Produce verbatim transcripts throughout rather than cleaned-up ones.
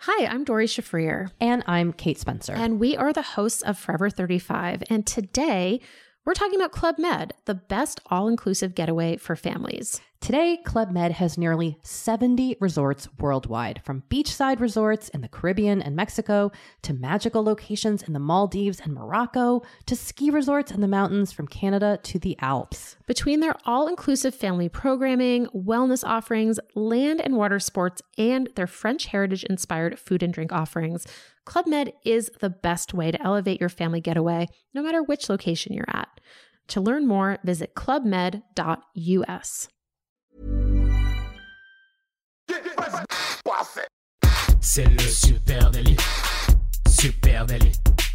Hi, I'm Dory Shafrir. And I'm Kate Spencer. And we are the hosts of Forever thirty-five. And today, we're talking about Club Med, the best all-inclusive getaway for families. Today, Club Med has nearly seventy resorts worldwide, from beachside resorts in the Caribbean and Mexico, to magical locations in the Maldives and Morocco, to ski resorts in the mountains from Canada to the Alps. Between their all-inclusive family programming, wellness offerings, land and water sports, and their French heritage-inspired food and drink offerings, Club Med is the best way to elevate your family getaway, no matter which location you're at. To learn more, visit club med dot u s. C'est le Super Daily. Super Daily.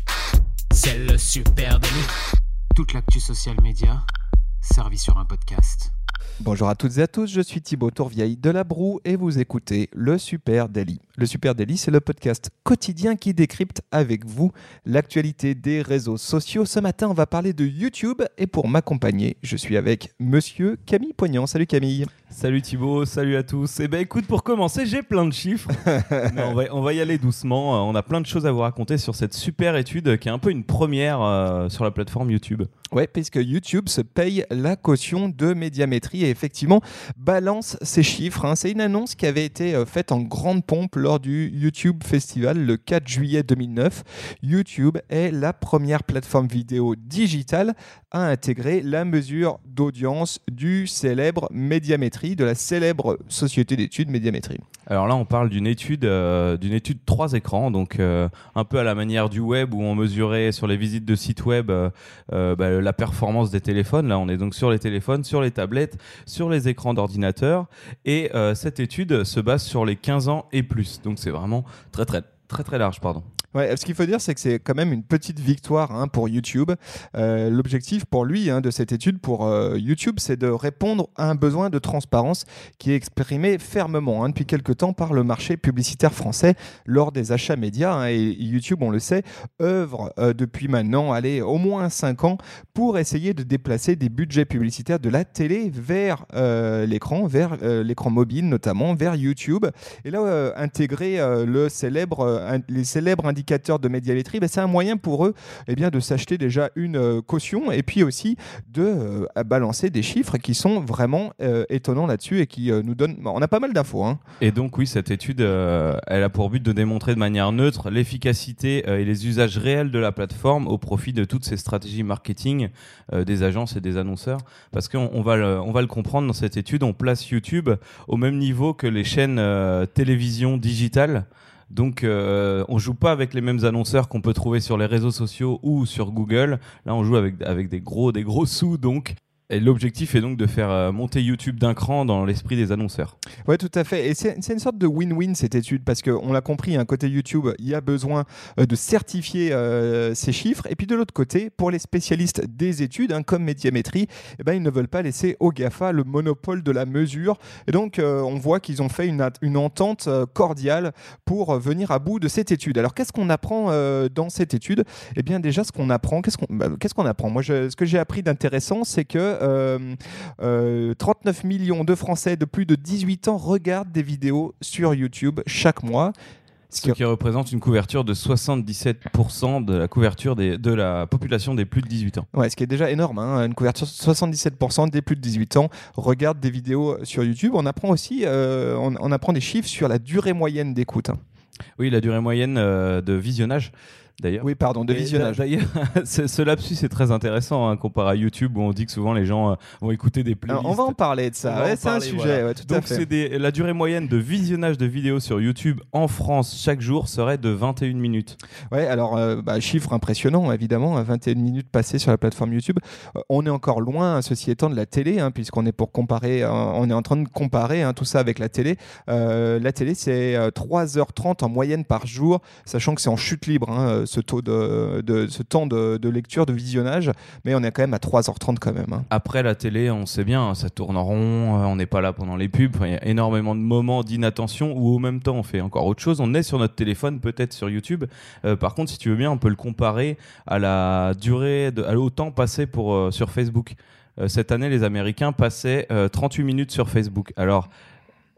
C'est le Super Daily. Toute l'actu social média servie sur un podcast. Bonjour à toutes et à tous, je suis Thibaut Tourvieille de La Broue et vous écoutez le Super Daily. Le Super Daily, c'est le podcast quotidien qui décrypte avec vous l'actualité des réseaux sociaux. Ce matin, on va parler de YouTube et pour m'accompagner, je suis avec monsieur Camille Poignant. Salut Camille. Salut Thibaut, salut à tous. Eh ben écoute, pour commencer, j'ai plein de chiffres. Mais on, va, on va y aller doucement. On a plein de choses à vous raconter sur cette super étude qui est un peu une première euh, sur la plateforme YouTube. Ouais, puisque YouTube se paye la caution de médiamétrie et effectivement balance ses chiffres. Hein. C'est une annonce qui avait été euh, faite en grande pompe lors du YouTube Festival le quatre juillet deux mille neuf. YouTube est la première plateforme vidéo digitale à intégrer la mesure d'audience du célèbre médiamétrie, de la célèbre société d'études médiamétrie. Alors là, on parle d'une étude, euh, d'une étude trois écrans, donc euh, un peu à la manière du web où on mesurait sur les visites de sites web euh, euh, bah, la performance des téléphones. Là, on est donc sur les téléphones, sur les tablettes, sur les écrans d'ordinateur. Et euh, cette étude se base sur les quinze ans et plus. Donc c'est vraiment très très très très large, pardon. Ouais, ce qu'il faut dire, c'est que c'est quand même une petite victoire hein, pour YouTube. Euh, l'objectif pour lui hein, de cette étude pour euh, YouTube, c'est de répondre à un besoin de transparence qui est exprimé fermement hein, depuis quelques temps par le marché publicitaire français lors des achats médias. Hein, et YouTube, on le sait, œuvre euh, depuis maintenant, allez, au moins cinq ans pour essayer de déplacer des budgets publicitaires de la télé vers euh, l'écran, vers euh, l'écran mobile notamment, vers YouTube. Et là, euh, intégrer euh, le célèbre, euh, les célèbres indicateurs de médiamétrie, ben c'est un moyen pour eux eh bien, de s'acheter déjà une euh, caution et puis aussi de euh, balancer des chiffres qui sont vraiment euh, étonnants là-dessus et qui euh, nous donnent... On a pas mal d'infos. Hein. Et donc oui, cette étude, euh, elle a pour but de démontrer de manière neutre l'efficacité euh, et les usages réels de la plateforme au profit de toutes ces stratégies marketing euh, des agences et des annonceurs. Parce qu'on on va, le, on va le comprendre dans cette étude, on place YouTube au même niveau que les chaînes euh, télévision digitales. Donc, euh, on joue pas avec les mêmes annonceurs qu'on peut trouver sur les réseaux sociaux ou sur Google. Là, on joue avec, avec des gros, des gros sous, donc. Et l'objectif est donc de faire euh, monter YouTube d'un cran dans l'esprit des annonceurs. Oui, tout à fait. Et c'est, c'est une sorte de win-win cette étude parce qu'on l'a compris, hein, côté YouTube, il y a besoin euh, de certifier euh, ces chiffres. Et puis de l'autre côté, pour les spécialistes des études, hein, comme Médiamétrie, eh ben, ils ne veulent pas laisser aux GAFA le monopole de la mesure. Et donc, euh, on voit qu'ils ont fait une, une entente euh, cordiale pour euh, venir à bout de cette étude. Alors, qu'est-ce qu'on apprend euh, dans cette étude ? Eh bien, déjà, ce qu'on apprend, qu'est-ce qu'on, bah, qu'est-ce qu'on apprend ? Moi, je, ce que j'ai appris d'intéressant, c'est que Euh, euh, trente-neuf millions de Français de plus de dix-huit ans regardent des vidéos sur YouTube chaque mois. Ce qui, ce qui représente une couverture de soixante-dix-sept pour cent de la couverture des, de la population des plus de dix-huit ans. Ouais, ce qui est déjà énorme, hein, une couverture de soixante-dix-sept pour cent des plus de dix-huit ans regardent des vidéos sur YouTube. On apprend aussi euh, on, on apprend des chiffres sur la durée moyenne d'écoute. Hein. Oui, la durée moyenne euh, de visionnage. D'ailleurs. Oui, pardon, de visionnage. D'ailleurs, ce, ce lapsus est très intéressant hein, comparé à YouTube où on dit que souvent les gens euh, vont écouter des playlists. Alors, on va en parler de ça, ouais, c'est parler, un sujet, voilà. Ouais, tout Donc, à fait. C'est des, la durée moyenne de visionnage de vidéos sur YouTube en France chaque jour serait de vingt et une minutes. Ouais, alors, euh, bah, chiffre impressionnant, évidemment, vingt et une minutes passées sur la plateforme YouTube. Euh, on est encore loin, ceci étant, de la télé, hein, puisqu'on est pour comparer, euh, on est en train de comparer hein, tout ça avec la télé. Euh, la télé, c'est euh, trois heures trente en moyenne par jour, sachant que c'est en chute libre, hein, ce taux de de ce temps de, de lecture, de visionnage, mais on est quand même à trois heures trente quand même. Hein. Après la télé, on sait bien, ça tourne en rond, on n'est pas là pendant les pubs, il y a énormément de moments d'inattention où au même temps on fait encore autre chose, on est sur notre téléphone, peut-être sur YouTube. Euh, par contre, si tu veux bien, on peut le comparer à la durée, de, à, au temps passé pour, euh, sur Facebook. Euh, cette année, les Américains passaient euh, trente-huit minutes sur Facebook. Alors,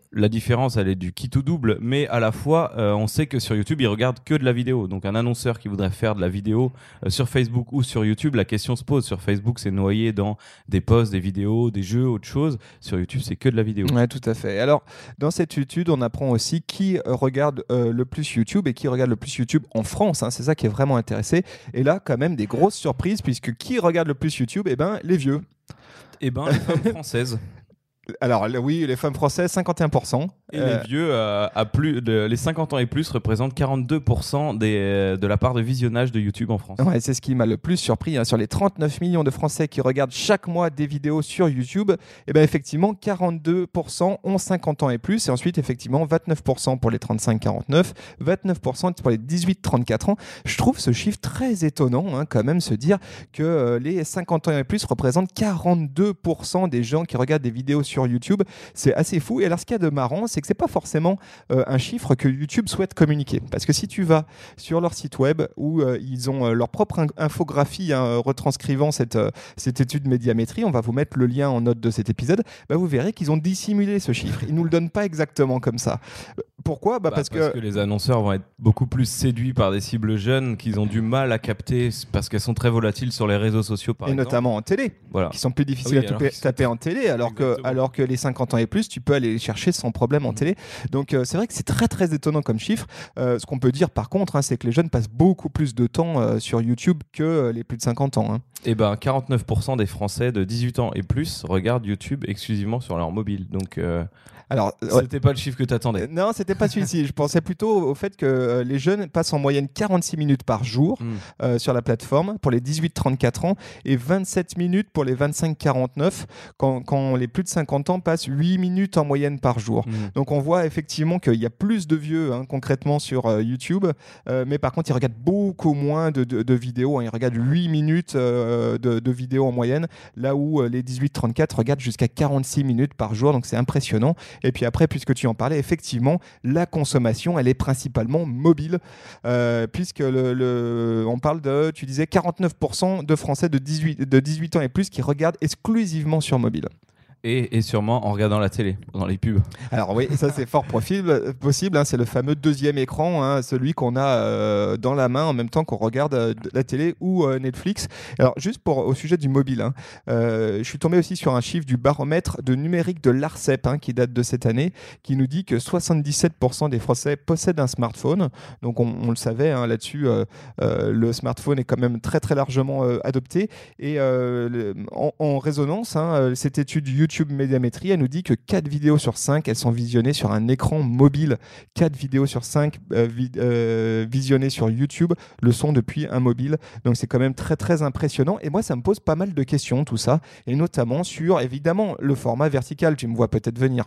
La différence, elle est du qui tout double, mais à la fois, euh, on sait que sur YouTube, ils regardent que de la vidéo. Donc un annonceur qui voudrait faire de la vidéo euh, sur Facebook ou sur YouTube, la question se pose. Sur Facebook, c'est noyé dans des posts, des vidéos, des jeux, autre chose. Sur YouTube, c'est que de la vidéo. Ouais, tout à fait. Alors, dans cette étude, on apprend aussi qui regarde euh, le plus YouTube et qui regarde le plus YouTube en France. Hein. C'est ça qui est vraiment intéressant. Et là, quand même, des grosses surprises, puisque qui regarde le plus YouTube ? Eh ben, les vieux. Eh ben, les femmes françaises. Alors oui, les femmes françaises, cinquante et un pour cent. Et Euh, les vieux, euh, à plus de, les cinquante ans et plus représentent quarante-deux pour cent des, euh, de la part de visionnage de YouTube en France. Ouais, c'est ce qui m'a le plus surpris. Hein. Sur les trente-neuf millions de Français qui regardent chaque mois des vidéos sur YouTube, eh ben, effectivement, quarante-deux pour cent ont cinquante ans et plus. Et ensuite, effectivement, vingt-neuf pour cent pour les trente-cinq quarante-neuf, vingt-neuf pour cent pour les dix-huit trente-quatre ans. Je trouve ce chiffre très étonnant, hein, quand même, se dire que euh, les cinquante ans et plus représentent quarante-deux pour cent des gens qui regardent des vidéos sur YouTube. C'est assez fou. Et alors, ce qu'il y a de marrant, c'est que c'est pas forcément euh, un chiffre que YouTube souhaite communiquer. Parce que si tu vas sur leur site web où euh, ils ont euh, leur propre in- infographie hein, retranscrivant cette, euh, cette étude médiamétrie, on va vous mettre le lien en note de cet épisode, bah, vous verrez qu'ils ont dissimulé ce chiffre. Ils nous le donnent pas exactement comme ça. Pourquoi bah, Bah, parce, parce que... que les annonceurs vont être beaucoup plus séduits par des cibles jeunes qu'ils ont du mal à capter parce qu'elles sont très volatiles sur les réseaux sociaux, par Et exemple. notamment en télé, Voilà. qui sont plus difficiles Ah oui, à alors taper, qu'ils sont taper très- en télé, alors que, Exactement. alors que les cinquante ans et plus, tu peux aller les chercher sans problème en Mhm. télé. Donc euh, c'est vrai que c'est très très étonnant comme chiffre. Euh, ce qu'on peut dire par contre, hein, c'est que les jeunes passent beaucoup plus de temps euh, sur YouTube que euh, les plus de cinquante ans. Hein. Et ben, quarante-neuf pour cent des Français de dix-huit ans et plus regardent YouTube exclusivement sur leur mobile. Donc, euh, Alors, ouais. c'était pas le chiffre que tu attendais. Euh, Non, c'était pas celui-ci. Je pensais plutôt au fait que euh, les jeunes passent en moyenne quarante-six minutes par jour Mm. euh, sur la plateforme pour les dix-huit trente-quatre ans et vingt-sept minutes pour les vingt-cinq quarante-neuf quand, quand les plus de cinquante ans passent huit minutes en moyenne par jour. Mm. Donc on voit effectivement qu'il y a plus de vieux hein, concrètement sur euh, YouTube, euh, mais par contre ils regardent beaucoup moins de, de, de vidéos. Hein. Ils regardent huit minutes euh, de, de vidéos en moyenne, là où euh, les dix-huit trente-quatre regardent jusqu'à quarante-six minutes par jour. Donc c'est impressionnant. Et puis après, puisque tu en parlais, effectivement, la consommation, elle est principalement mobile, euh, puisque le, le, on parle de, tu disais, quarante-neuf pour cent de Français de dix-huit, de dix-huit ans et plus qui regardent exclusivement sur mobile. Et, et sûrement en regardant la télé, dans les pubs. Alors oui, ça c'est fort profil, possible, hein, c'est le fameux deuxième écran, hein, celui qu'on a euh, dans la main en même temps qu'on regarde euh, la télé ou euh, Netflix. Alors juste pour, au sujet du mobile, hein, euh, je suis tombé aussi sur un chiffre du baromètre de numérique de l'ARCEP hein, qui date de cette année, qui nous dit que soixante-dix-sept pour cent des Français possèdent un smartphone. Donc on, on le savait, hein, là-dessus, euh, euh, le smartphone est quand même très très largement euh, adopté. Et euh, le, en, en résonance, hein, cette étude YouTube Médiamétrie, elle nous dit que quatre vidéos sur cinq, elles sont visionnées sur un écran mobile. quatre vidéos sur cinq euh, vi- euh, visionnées sur YouTube le sont depuis un mobile. Donc c'est quand même très très impressionnant. Et moi, ça me pose pas mal de questions, tout ça. Et notamment sur, évidemment, le format vertical. Tu me vois peut-être venir.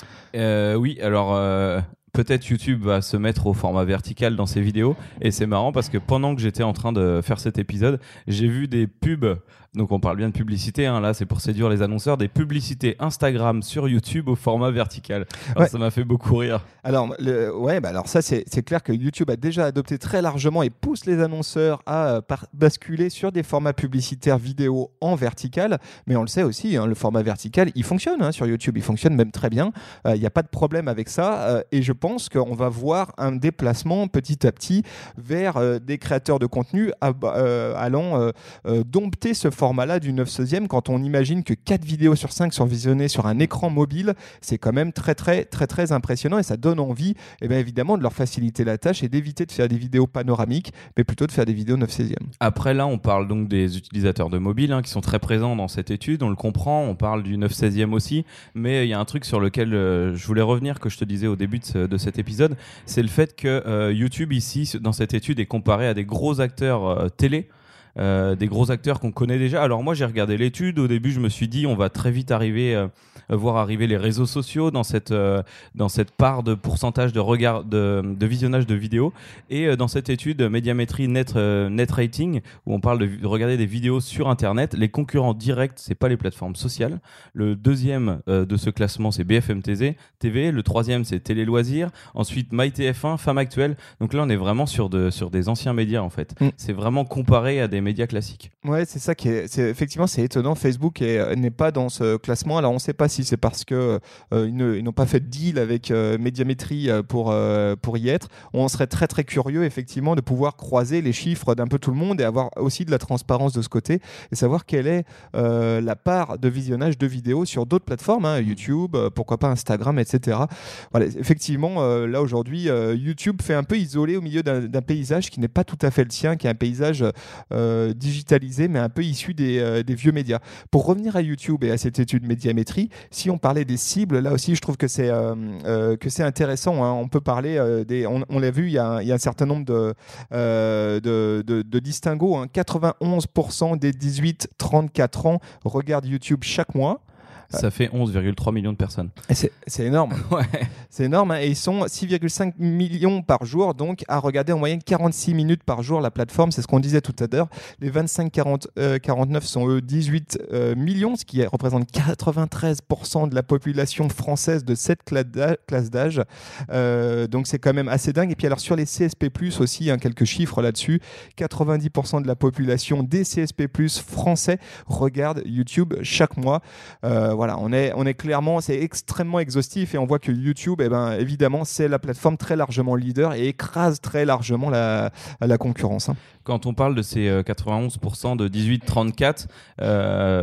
Euh, oui, alors euh, peut-être YouTube va se mettre au format vertical dans ses vidéos. Et c'est marrant parce que pendant que j'étais en train de faire cet épisode, j'ai vu des pubs. Donc on parle bien de publicité, hein, là c'est pour séduire les annonceurs, des publicités Instagram sur YouTube au format vertical. Alors, Ouais. ça m'a fait beaucoup rire. Alors, le, ouais, bah alors ça, c'est, c'est clair que YouTube a déjà adopté très largement et pousse les annonceurs à euh, par- basculer sur des formats publicitaires vidéo en vertical. Mais on le sait aussi, hein, le format vertical, il fonctionne hein, sur YouTube, il fonctionne même très bien. Il euh, n'y a pas de problème avec ça. Euh, et je pense qu'on va voir un déplacement petit à petit vers euh, des créateurs de contenu à, euh, allant euh, euh, dompter ce format-là du neuf seizième. Quand on imagine que quatre vidéos sur cinq sont visionnées sur un écran mobile, c'est quand même très, très, très, très impressionnant et ça donne envie, eh bien, évidemment, de leur faciliter la tâche et d'éviter de faire des vidéos panoramiques, mais plutôt de faire des vidéos neuf seizième. Après là, on parle donc des utilisateurs de mobile hein, qui sont très présents dans cette étude, on le comprend, on parle du neuf seizième aussi, mais il y a un truc sur lequel euh, je voulais revenir que je te disais au début de, ce, de cet épisode, c'est le fait que euh, YouTube ici, dans cette étude, est comparé à des gros acteurs euh, télé. Euh, des gros acteurs qu'on connaît déjà. Alors moi j'ai regardé l'étude, au début je me suis dit on va très vite arriver euh, voir arriver les réseaux sociaux dans cette, euh, dans cette part de pourcentage de, regard, de, de visionnage de vidéos et euh, dans cette étude Médiamétrie Net, euh, Net Rating où on parle de, de regarder des vidéos sur internet, les concurrents directs c'est pas les plateformes sociales. Le deuxième euh, de ce classement c'est B F M T V, le troisième c'est Télé Loisirs, ensuite MyTF un, Femme Actuelle. Donc là on est vraiment sur, de, sur des anciens médias en fait. Mm. C'est vraiment comparé à des médias médias classiques. Ouais, c'est ça qui est, c'est, effectivement, c'est étonnant. Facebook est, n'est pas dans ce classement. Alors, on ne sait pas si c'est parce que euh, ils, ne, ils n'ont pas fait de deal avec euh, Médiamétrie pour euh, pour y être. On serait très très curieux, effectivement, de pouvoir croiser les chiffres d'un peu tout le monde et avoir aussi de la transparence de ce côté et savoir quelle est euh, la part de visionnage de vidéos sur d'autres plateformes, hein, YouTube, euh, pourquoi pas Instagram, et cetera. Voilà, effectivement, euh, là aujourd'hui, euh, YouTube fait un peu isolé au milieu d'un, d'un paysage qui n'est pas tout à fait le sien, qui est un paysage euh, digitalisé, mais un peu issu des, euh, des vieux médias. Pour revenir à YouTube et à cette étude Médiamétrie, si on parlait des cibles, là aussi, je trouve que c'est, euh, euh, que c'est intéressant. Hein. On peut parler euh, des... On, on l'a vu, il y, a, il y a un certain nombre de, euh, de, de, de distinguos. Hein. quatre-vingt-onze pour cent des dix-huit trente-quatre ans regardent YouTube chaque mois. Ça fait onze virgule trois millions de personnes. Et c'est, c'est énorme. Ouais. C'est énorme. Hein, et ils sont six virgule cinq millions par jour, donc à regarder en moyenne quarante-six minutes par jour la plateforme. C'est ce qu'on disait tout à l'heure. Les vingt-cinq quarante-neuf sont eux dix-huit euh, millions, ce qui représente quatre-vingt-treize pour cent de la population française de cette classe d'âge. Euh, donc c'est quand même assez dingue. Et puis alors sur les C S P plus aussi, hein, quelques chiffres là-dessus. quatre-vingt-dix pour cent de la population des C S P plus français regarde YouTube chaque mois. Euh, Voilà, on est, on est clairement, c'est extrêmement exhaustif et on voit que YouTube, eh ben, évidemment, c'est la plateforme très largement leader et écrase très largement la, la concurrence. Hein. Quand on parle de ces quatre-vingt-onze pour cent de dix-huit trente-quatre, euh,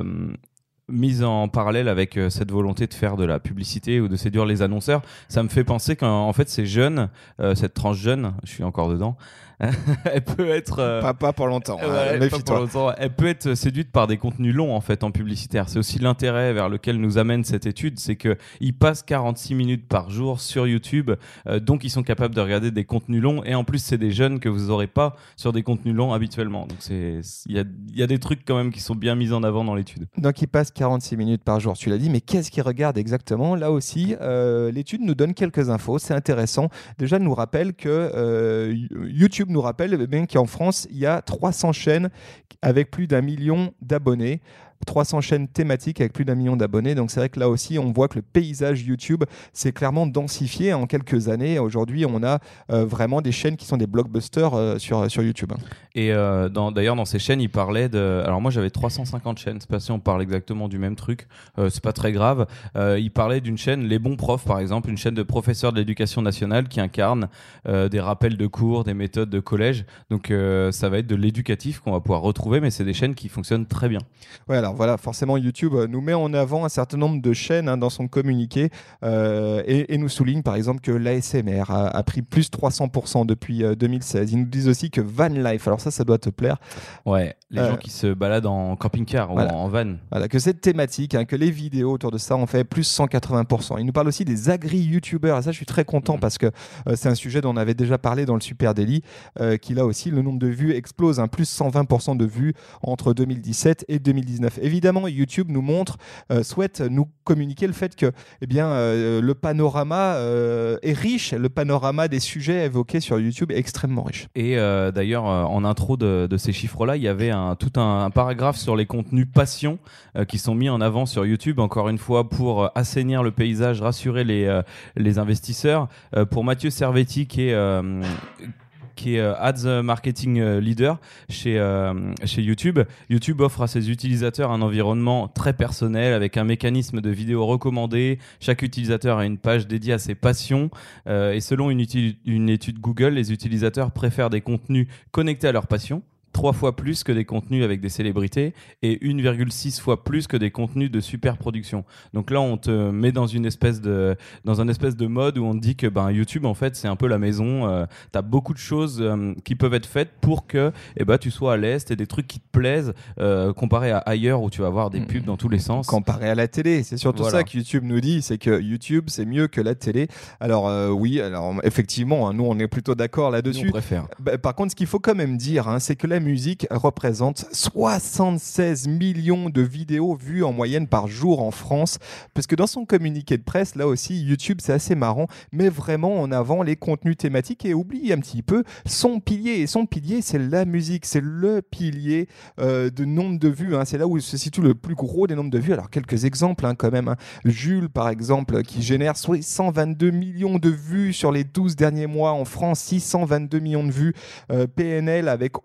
mise en parallèle avec euh, cette volonté de faire de la publicité ou de séduire les annonceurs, ça me fait penser qu'en en fait ces jeunes, euh, cette tranche jeune, je suis encore dedans, elle peut être euh, pas, pas pour longtemps, euh, hein, méfie-toi. pas pour longtemps. Elle peut être séduite par des contenus longs en fait en publicitaire. C'est aussi l'intérêt vers lequel nous amène cette étude, c'est que ils passent quarante-six minutes par jour sur YouTube, euh, donc ils sont capables de regarder des contenus longs et en plus c'est des jeunes que vous aurez pas sur des contenus longs habituellement. Donc c'est il y a il y a des trucs quand même qui sont bien mis en avant dans l'étude. Donc ils passent quarante-six minutes par jour, tu l'as dit, mais qu'est-ce qu'ils regardent exactement? Là aussi, euh, l'étude nous donne quelques infos, c'est intéressant. Déjà, elle nous rappelle que euh, YouTube nous rappelle eh bien, qu'en France, il y a trois cents chaînes avec plus d'un million d'abonnés. trois cents chaînes thématiques avec plus d'un million d'abonnés. Donc c'est vrai que là aussi, on voit que le paysage YouTube s'est clairement densifié en quelques années. Aujourd'hui, on a euh, vraiment des chaînes qui sont des blockbusters euh, sur, sur YouTube. Et euh, dans, d'ailleurs, dans ces chaînes, il parlait de... Alors moi, j'avais trois cent cinquante chaînes. C'est pas si on parle exactement du même truc. Euh, c'est pas très grave. Euh, il parlait d'une chaîne, Les Bons Profs, par exemple, une chaîne de professeurs de l'éducation nationale qui incarne euh, des rappels de cours, des méthodes de collège. Donc euh, ça va être de l'éducatif qu'on va pouvoir retrouver, mais c'est des chaînes qui fonctionnent très bien. Ouais, alors voilà, forcément, YouTube nous met en avant un certain nombre de chaînes hein, dans son communiqué euh, et, et nous souligne par exemple que l'A S M R a, a pris plus de trois cents pour cent depuis euh, deux mille seize. Ils nous disent aussi que Van Life, alors ça, ça doit te plaire. Ouais, les euh, gens qui se baladent en camping-car voilà. ou en van. Voilà, que cette thématique, hein, que les vidéos autour de ça ont fait plus cent quatre-vingts pour cent. Ils nous parlent aussi des agri-youtubeurs. Et ça, je suis très content mmh. parce que euh, c'est un sujet dont on avait déjà parlé dans le Super Daily, euh, qui là aussi, le nombre de vues explose, hein, plus cent vingt pour cent de vues entre deux mille dix-sept et deux mille dix-neuf. Évidemment, YouTube nous montre, euh, souhaite nous communiquer le fait que eh bien, euh, le panorama euh, est riche, le panorama des sujets évoqués sur YouTube est extrêmement riche. Et euh, d'ailleurs, euh, en intro de, de ces chiffres-là, il y avait un, tout un, un paragraphe sur les contenus passion euh, qui sont mis en avant sur YouTube, encore une fois, pour euh, assainir le paysage, rassurer les, euh, les investisseurs. Euh, pour Mathieu Servetti, qui est... Euh, qui est Ads Marketing Leader chez, euh, chez YouTube. YouTube offre à ses utilisateurs un environnement très personnel avec un mécanisme de vidéos recommandées. Chaque utilisateur a une page dédiée à ses passions. Euh, et selon une, uti- une étude Google, les utilisateurs préfèrent des contenus connectés à leurs passions, trois fois plus que des contenus avec des célébrités et un virgule six fois plus que des contenus de super production. Donc là, on te met dans une espèce de dans un espèce de mode où on te dit que ben YouTube en fait c'est un peu la maison. Euh, t'as beaucoup de choses euh, qui peuvent être faites pour que eh ben tu sois à l'aise, et des trucs qui te plaisent euh, comparé à ailleurs où tu vas avoir des pubs dans tous les sens. Comparé à la télé, c'est surtout voilà. ça que YouTube nous dit, c'est que YouTube c'est mieux que la télé. Alors euh, oui, alors effectivement, hein, nous on est plutôt d'accord là-dessus. Nous, on préfère. Bah, par contre, ce qu'il faut quand même dire, hein, c'est que la musique représente soixante-seize millions de vidéos vues en moyenne par jour en France, parce que dans son communiqué de presse, là aussi, YouTube, c'est assez marrant, met vraiment en avant les contenus thématiques et oublie un petit peu son pilier. Et son pilier, c'est la musique, c'est le pilier euh, de nombre de vues. Hein. C'est là où se situe le plus gros des nombres de vues. Alors, quelques exemples hein, quand même. Hein. Jules, par exemple, qui génère six cent vingt-deux millions de vues sur les douze derniers mois en France, six cent vingt-deux millions de vues. Euh, P N L avec O D D,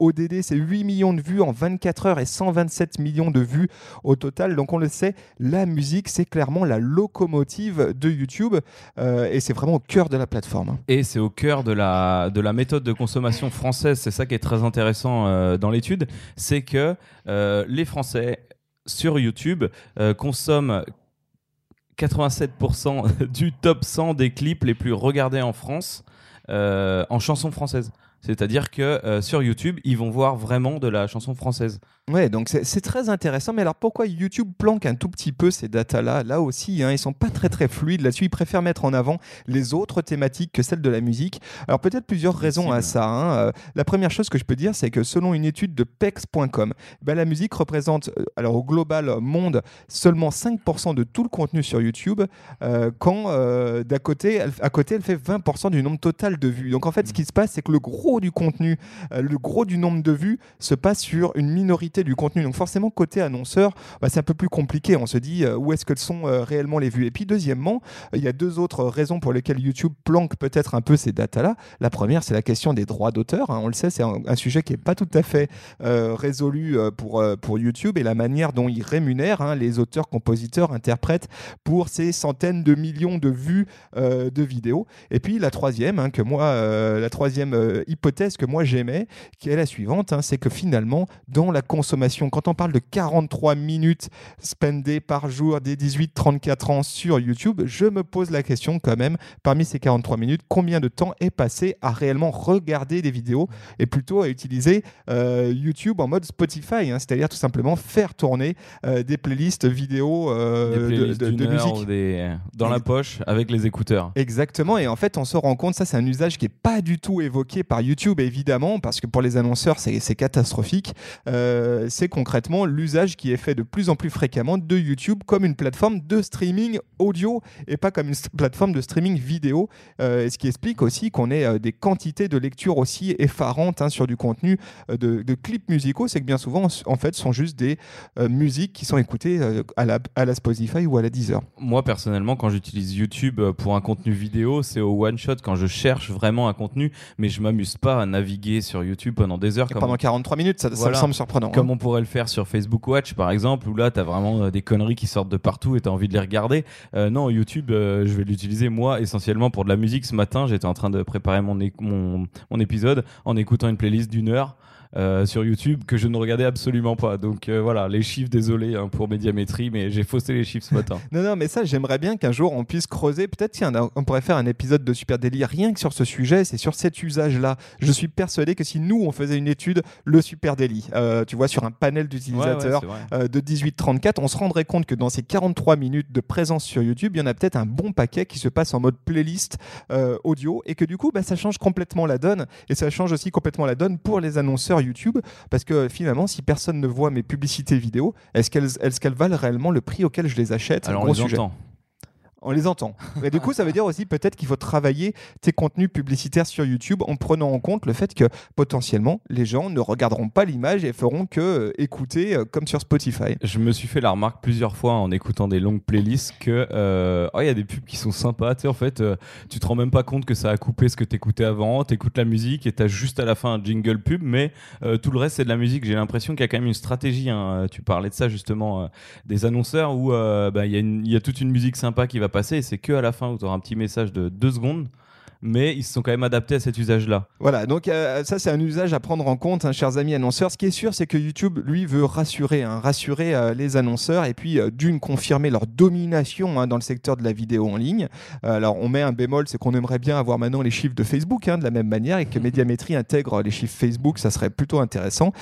c'est huit millions de vues en vingt-quatre heures et cent vingt-sept millions de vues au total. Donc on le sait, la musique, c'est clairement la locomotive de YouTube euh, et c'est vraiment au cœur de la plateforme. Et c'est au cœur de la, de la méthode de consommation française. C'est ça qui est très intéressant euh, dans l'étude, c'est que euh, les Français sur YouTube euh, consomment quatre-vingt-sept pour cent du top cent des clips les plus regardés en France euh, en chansons françaises. C'est-à-dire que euh, sur YouTube, ils vont voir vraiment de la chanson française. Ouais, donc c'est, c'est très intéressant. Mais alors pourquoi YouTube planque un tout petit peu ces datas-là? Là aussi, hein, ils sont pas très très fluides là-dessus. Ils préfèrent mettre en avant les autres thématiques que celles de la musique. Alors peut-être plusieurs raisons à ça. Hein. Euh, la première chose que je peux dire, c'est que selon une étude de Pex point com, ben, la musique représente, euh, alors au global monde, seulement cinq pour cent de tout le contenu sur YouTube, euh, quand euh, d'à côté, elle, à côté, elle fait vingt pour cent du nombre total de vues. Donc en fait, ce qui se passe, c'est que le gros du contenu, euh, le gros du nombre de vues se passe sur une minorité du contenu. Donc forcément, côté annonceur, bah, c'est un peu plus compliqué. On se dit euh, où est-ce que sont euh, réellement les vues. Et puis deuxièmement, il euh, y a deux autres raisons pour lesquelles YouTube planque peut-être un peu ces datas-là. La première, c'est la question des droits d'auteur. Hein. On le sait, c'est un, un sujet qui n'est pas tout à fait euh, résolu euh, pour, euh, pour YouTube et la manière dont il rémunère hein, les auteurs, compositeurs, interprètes pour ces centaines de millions de vues euh, de vidéos. Et puis la troisième, hein, que moi, euh, la troisième euh, hypothèse que moi j'aimais, qui est la suivante, hein, c'est que finalement, dans la consommation, quand on parle de quarante-trois minutes spendées par jour des dix-huit trente-quatre ans sur YouTube, je me pose la question quand même, parmi ces quarante-trois minutes, combien de temps est passé à réellement regarder des vidéos et plutôt à utiliser euh, YouTube en mode Spotify, hein, c'est-à-dire tout simplement faire tourner euh, des playlists vidéo euh, des playlists de, de, de musique. Ou des... dans la poche avec les écouteurs. Exactement, et en fait on se rend compte, ça c'est un usage qui n'est pas du tout évoqué par YouTube évidemment, parce que pour les annonceurs c'est, c'est catastrophique. Euh, c'est concrètement l'usage qui est fait de plus en plus fréquemment de YouTube comme une plateforme de streaming audio et pas comme une st- plateforme de streaming vidéo, euh, ce qui explique aussi qu'on ait euh, des quantités de lecture aussi effarantes hein, sur du contenu euh, de, de clips musicaux. C'est que bien souvent en fait sont juste des euh, musiques qui sont écoutées euh, à, la, à la Spotify ou à la Deezer. Moi personnellement, quand j'utilise YouTube pour un contenu vidéo, c'est au one shot quand je cherche vraiment un contenu, mais je m'amuse pas à naviguer sur YouTube pendant des heures. Et pendant quarante-trois minutes, ça, voilà. Ça me semble surprenant. Comme hein. on pourrait le faire sur Facebook Watch par exemple, où là t'as vraiment euh, des conneries qui sortent de partout et t'as envie de les regarder. Euh, non, YouTube, euh, je vais l'utiliser moi essentiellement pour de la musique. Ce matin, j'étais en train de préparer mon, é- mon, mon épisode en écoutant une playlist d'une heure. Euh, sur YouTube que je ne regardais absolument pas. Donc euh, voilà, les chiffres, désolé hein, pour Médiamétrie, mais j'ai faussé les chiffres ce matin. non, non, mais ça, j'aimerais bien qu'un jour on puisse creuser. Peut-être tiens, on pourrait faire un épisode de Super Daily rien que sur ce sujet, c'est sur cet usage-là. Je suis persuadé que si nous, on faisait une étude, le Super Daily, euh, tu vois, sur un panel d'utilisateurs ouais, ouais, euh, de dix-huit trente-quatre, on se rendrait compte que dans ces quarante-trois minutes de présence sur YouTube, il y en a peut-être un bon paquet qui se passe en mode playlist euh, audio et que du coup, bah, ça change complètement la donne et ça change aussi complètement la donne pour les annonceurs YouTube, parce que finalement, si personne ne voit mes publicités vidéo, est-ce qu'elles, est-ce qu'elles valent réellement le prix auquel je les achète? Alors, gros on les sujet. entend. On les entend. Et du coup, ça veut dire aussi peut-être qu'il faut travailler tes contenus publicitaires sur YouTube en prenant en compte le fait que potentiellement, les gens ne regarderont pas l'image et feront que euh, écouter euh, comme sur Spotify. Je me suis fait la remarque plusieurs fois en écoutant des longues playlists que euh, oh, y a des pubs qui sont sympas. Tu sais, en fait, euh, tu te rends même pas compte que ça a coupé ce que t'écoutais avant. T'écoutes la musique et t'as juste à la fin un jingle pub, mais euh, tout le reste c'est de la musique. J'ai l'impression qu'il y a quand même une stratégie. Hein. Tu parlais de ça justement, euh, des annonceurs où il euh, bah, y, y a toute une musique sympa qui va passer et c'est que à la fin où tu auras un petit message de deux secondes, mais ils se sont quand même adaptés à cet usage-là. Voilà, donc euh, ça c'est un usage à prendre en compte, hein, chers amis annonceurs. Ce qui est sûr, c'est que YouTube, lui, veut rassurer, hein, rassurer euh, les annonceurs et puis euh, d'une, confirmer leur domination hein, dans le secteur de la vidéo en ligne. Euh, alors on met un bémol, c'est qu'on aimerait bien avoir maintenant les chiffres de Facebook hein, de la même manière et que Médiamétrie intègre les chiffres Facebook, ça serait plutôt intéressant.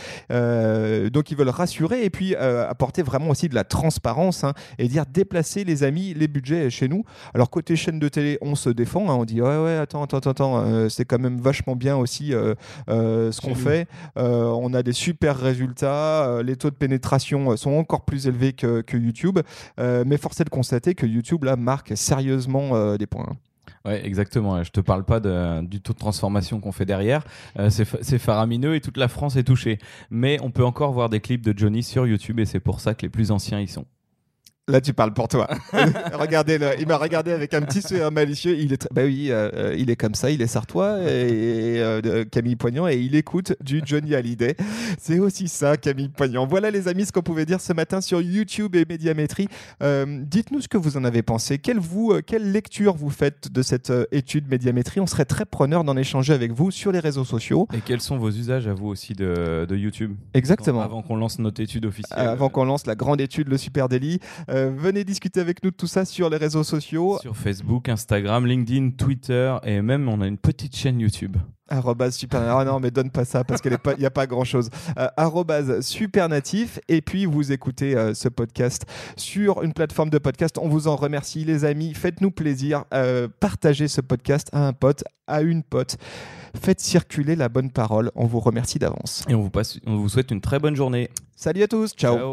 Euh, donc ils veulent rassurer et puis euh, apporter vraiment aussi de la transparence hein, et dire déplacer les amis, les budgets chez nous. Alors côté chaîne de télé, on se défend, hein, on dit ouais ouais attends, attends, attends, euh, c'est quand même vachement bien aussi euh, euh, ce qu'on fait. Euh, on a des super résultats, euh, les taux de pénétration sont encore plus élevés que, que YouTube, euh, mais force est de constater que YouTube là marque sérieusement euh, des points. Ouais, exactement. Je te parle pas de, du taux de transformation qu'on fait derrière. Euh, c'est, c'est faramineux et toute la France est touchée. Mais on peut encore voir des clips de Johnny sur YouTube et c'est pour ça que les plus anciens y sont. Là, tu parles pour toi. Regardez, le, il m'a regardé avec un petit sourire malicieux. Il est, très, bah oui, euh, il est comme ça, il est sartois, et, et euh, Camille Poignant, et il écoute du Johnny Hallyday. C'est aussi ça, Camille Poignant. Voilà, les amis, ce qu'on pouvait dire ce matin sur YouTube et Médiamétrie. Euh, dites-nous ce que vous en avez pensé. Quelle, vous, euh, quelle lecture vous faites de cette euh, étude Médiamétrie? On serait très preneur d'en échanger avec vous sur les réseaux sociaux. Et quels sont vos usages à vous aussi de, de YouTube? Exactement. Avant qu'on lance notre étude officielle. Avant qu'on lance la grande étude, le Super Daily. Euh, venez discuter avec nous de tout ça sur les réseaux sociaux. Sur Facebook, Instagram, LinkedIn, Twitter, et même on a une petite chaîne YouTube. Arrobase super. Ah non, mais donne pas ça parce qu'il n'y a pas grand chose. Euh, arrobase supernatif. Et puis vous écoutez euh, ce podcast sur une plateforme de podcast. On vous en remercie, les amis. Faites-nous plaisir. Euh, partagez ce podcast à un pote, à une pote. Faites circuler la bonne parole. On vous remercie d'avance. Et on vous, passe, on vous souhaite une très bonne journée. Salut à tous. Ciao. Ciao.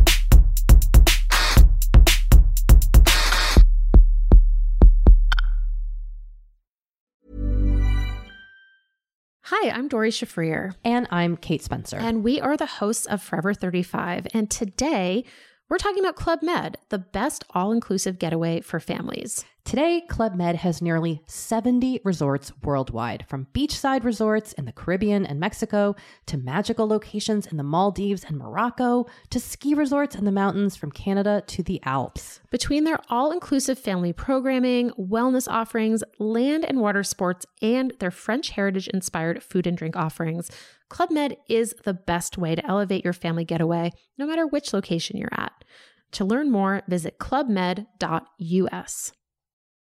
Hi, I'm Dory Shafrir. And I'm Kate Spencer. And we are the hosts of Forever thirty-five. And today, we're talking about Club Med, the best all-inclusive getaway for families. Today, Club Med has nearly seventy resorts worldwide, from beachside resorts in the Caribbean and Mexico to magical locations in the Maldives and Morocco to ski resorts in the mountains from Canada to the Alps. Between their all-inclusive family programming, wellness offerings, land and water sports, and their French heritage-inspired food and drink offerings, Club Med is the best way to elevate your family getaway, no matter which location you're at. To learn more, visit club med dot U S.